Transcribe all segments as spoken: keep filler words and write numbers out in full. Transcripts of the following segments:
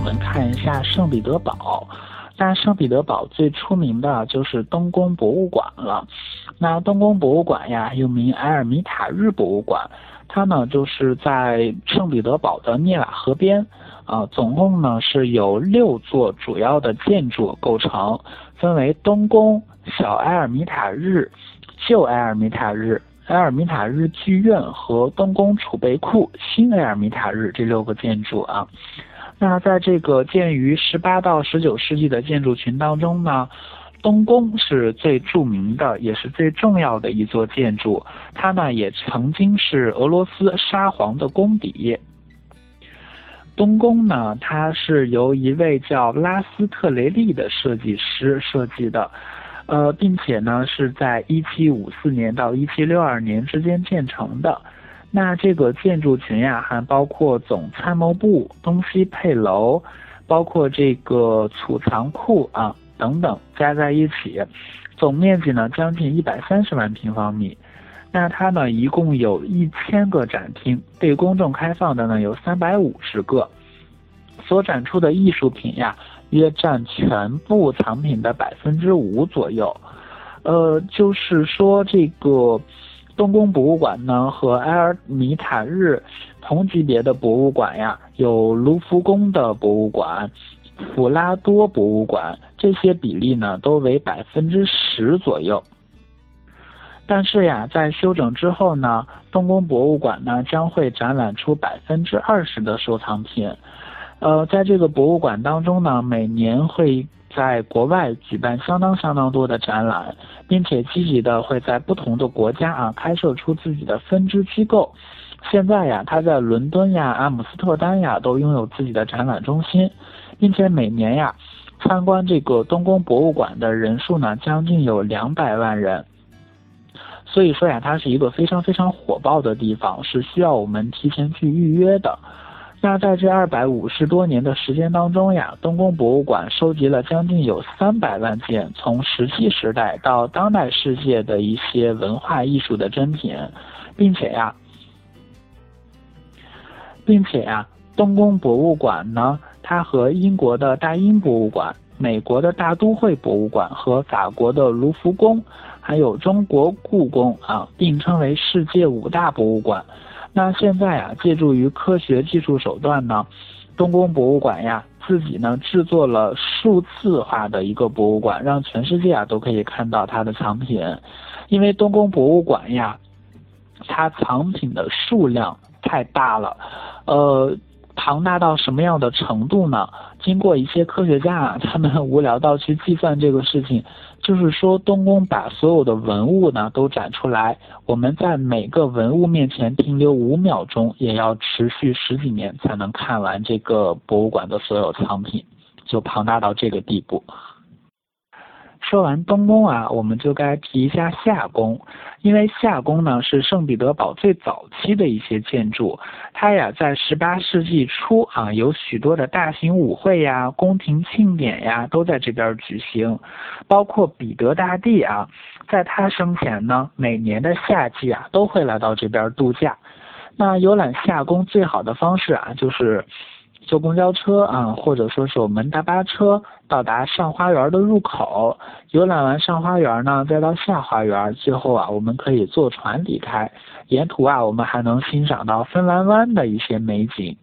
们看一下圣彼得堡。那圣彼得堡最出名的就是东宫博物馆了。那东宫博物馆呀，又名埃尔米塔日博物馆，它呢就是在圣彼得堡的涅瓦河边，啊，总共呢是由六座主要的建筑构成，分为东宫、小埃尔米塔日、旧埃尔米塔日、埃尔米塔日剧院和东宫储备库、新埃尔米塔日这六个建筑啊。那在这个建于十八到十九世纪的建筑群当中呢，东宫是最著名的，也是最重要的一座建筑。它呢也曾经是俄罗斯沙皇的宫邸。东宫呢，它是由一位叫拉斯特雷利的设计师设计的，呃，并且呢是在一七五四年到一七六二年之间建成的。那这个建筑群呀，还包括总参谋部、东西配楼，包括这个储藏库啊等等，加在一起，总面积呢将近一百三十万平方米。那它呢一共有一千个展厅，对公众开放的呢有三百五十个，所展出的艺术品呀，约占全部藏品的百分之五左右。呃，就是说这个东宫博物馆呢和埃尔米塔日同级别的博物馆呀，有卢浮宫的博物馆、普拉多博物馆，这些比例呢都为百分之十左右。但是呀，在修整之后呢，东宫博物馆呢将会展览出百分之二十的收藏品。呃，在这个博物馆当中呢，每年会在国外举办相当相当多的展览，并且积极的会在不同的国家啊开设出自己的分支机构。现在呀，它在伦敦呀、阿姆斯特丹呀都拥有自己的展览中心，并且每年呀参观这个东宫博物馆的人数呢将近有两百万人。所以说呀，它是一个非常非常火爆的地方，是需要我们提前去预约的。那在这二百五十多年的时间当中呀，东宫博物馆收集了将近有三百万件从石器时代到当代世界的一些文化艺术的珍品，并且呀，并且呀，东宫博物馆呢，它和英国的大英博物馆、美国的大都会博物馆和法国的卢浮宫，还有中国故宫啊，并称为世界五大博物馆。那现在啊，借助于科学技术手段呢，东宫博物馆呀自己呢制作了数字化的一个博物馆，让全世界啊都可以看到它的藏品。因为东宫博物馆呀，它藏品的数量太大了，呃，庞大到什么样的程度呢？经过一些科学家啊，他们无聊到去计算这个事情，就是说东宫把所有的文物呢都展出来，我们在每个文物面前停留五秒钟，也要持续十几年才能看完这个博物馆的所有藏品，就庞大到这个地步。说完东宫啊，我们就该提一下夏宫，因为夏宫呢是圣彼得堡最早期的一些建筑，它呀在十八世纪初啊，有许多的大型舞会呀、宫廷庆典呀都在这边举行，包括彼得大帝啊，在他生前呢，每年的夏季啊都会来到这边度假。那游览夏宫最好的方式啊，就是坐公交车啊，或者说是我们大巴车到达上花园的入口，游览完上花园呢，再到下花园，最后啊，我们可以坐船离开。沿途啊，我们还能欣赏到芬兰湾的一些美景。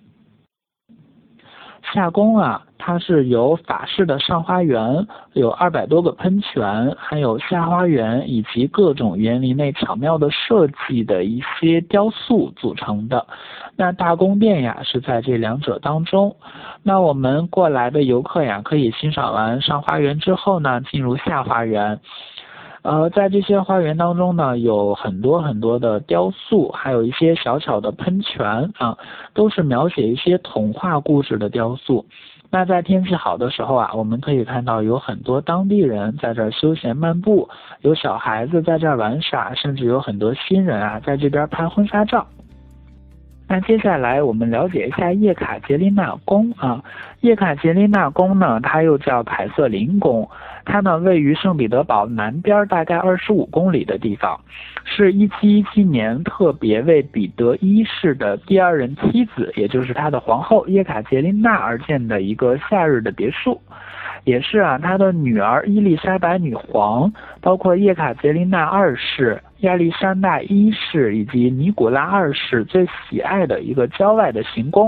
夏宫啊，它是由法式的上花园，有二百多个喷泉，还有下花园以及各种园林内巧妙的设计的一些雕塑组成的。那大宫殿呀是在这两者当中。那我们过来的游客呀，可以欣赏完上花园之后呢，进入下花园。呃，在这些花园当中呢，有很多很多的雕塑，还有一些小巧的喷泉啊，都是描写一些童话故事的雕塑。那在天气好的时候啊，我们可以看到有很多当地人在这儿休闲漫步，有小孩子在这儿玩耍，甚至有很多新人啊在这边拍婚纱照。 那接下来我们了解一下叶卡捷琳娜宫啊。叶卡捷琳娜宫呢，它又叫凯瑟琳宫，它呢位于圣彼得堡南边大概二十五公里的地方，是一七一七年特别为彼得一世的第二任妻子，也就是他的皇后叶卡捷琳娜而建的一个夏日的别墅，也是啊他的女儿伊丽莎白女皇，包括叶卡捷琳娜二世、亚历山大一世以及尼古拉二世最喜爱的一个郊外的行宫。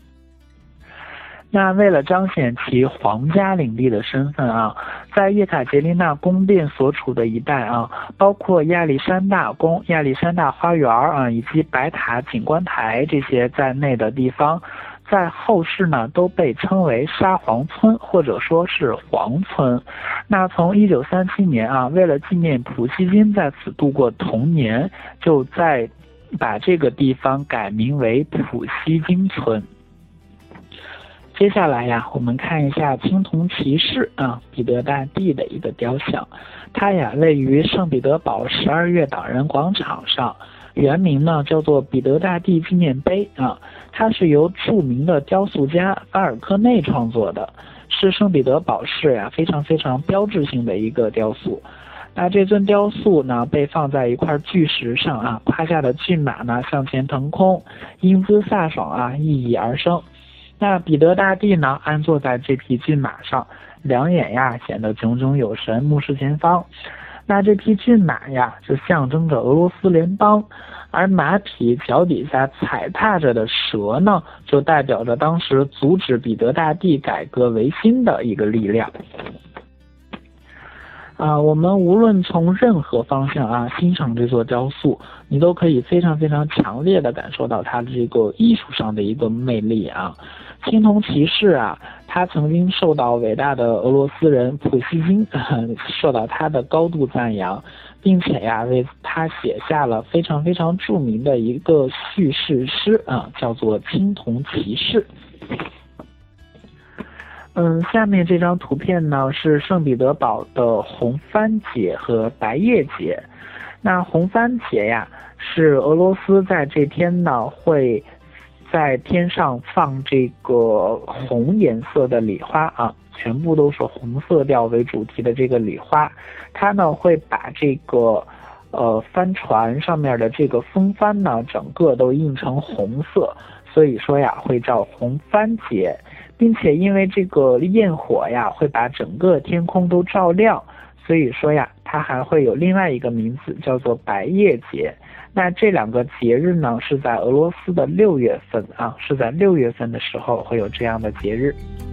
那为了彰显其皇家领地的身份啊，在叶卡捷琳娜宫殿所处的一带啊，包括亚历山大宫、亚历山大花园啊，以及白塔景观台这些在内的地方，在后世呢都被称为沙皇村或者说是皇村。那从一九三七年啊，为了纪念普希金在此度过童年，就在把这个地方改名为普希金村。接下来呀，我们看一下青铜骑士啊，彼得大帝的一个雕像，它呀位于圣彼得堡十二月党人广场上，原名呢叫做彼得大帝纪念碑啊，它是由著名的雕塑家法尔科内创作的，是圣彼得堡市呀非常非常标志性的一个雕塑。那这尊雕塑呢被放在一块巨石上啊，胯下的骏马呢向前腾空，英姿飒爽啊，熠熠而生。那彼得大帝呢安坐在这匹骏马上，两眼呀显得炯炯有神，目视前方。那这匹骏马呀就象征着俄罗斯联邦，而马匹脚底下踩踏着的蛇呢，就代表着当时阻止彼得大帝改革维新的一个力量。啊，我们无论从任何方向啊欣赏这座雕塑，你都可以非常非常强烈的感受到它这个艺术上的一个魅力啊。青铜骑士啊，他曾经受到伟大的俄罗斯人普希金、呃、受到他的高度赞扬，并且呀为他写下了非常非常著名的一个叙事诗啊，叫做《青铜骑士》。嗯，下面这张图片呢是圣彼得堡的红番节和白叶节。那红番节呀，是俄罗斯在这天呢会在天上放这个红颜色的礼花啊，全部都是红色调为主题的这个礼花，它呢会把这个呃帆船上面的这个风帆呢整个都印成红色，所以说呀会叫红帆节。并且因为这个焰火呀会把整个天空都照亮，所以说呀它还会有另外一个名字叫做白叶节。那这两个节日呢是在俄罗斯的六月份啊，是在六月份的时候会有这样的节日。